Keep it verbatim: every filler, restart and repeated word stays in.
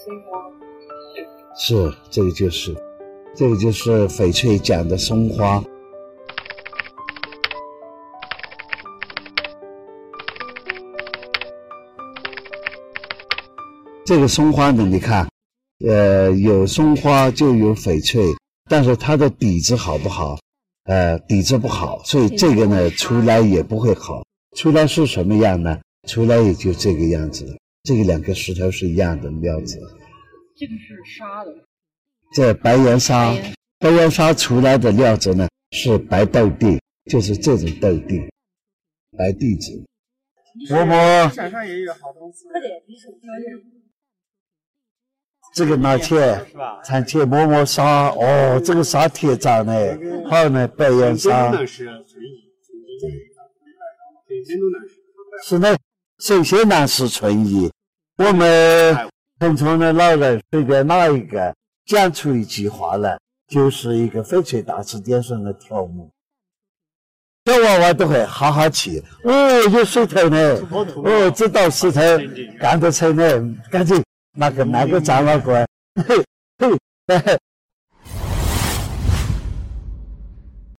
松花。 是，这个就是，这个就是翡翠讲的松花。这个松花呢，你看，呃，有松花就有翡翠，但是它的底子好不好？呃，底子不好，所以这个呢出来也不会好。出来是什么样呢？出来也就这个样子。这个两个石头是一样的料子。 这个是沙的。 这白岩沙，白岩沙出来的料子呢是白豆地，就是这种豆地，白地子。摸摸。 山上也有好东西。 这个拿去，产去摸摸沙，哦，这个沙铁长呢，好呢，白岩沙。是那，首先呢是纯艺。我们农村的老人随便哪一个讲出一句话来，就是一个翡翠大词典上的条目。小娃娃都会哈哈气，哦，有石头呢，哦，这道石头干得成呢，赶紧拿个那个长老过来，嘿嘿，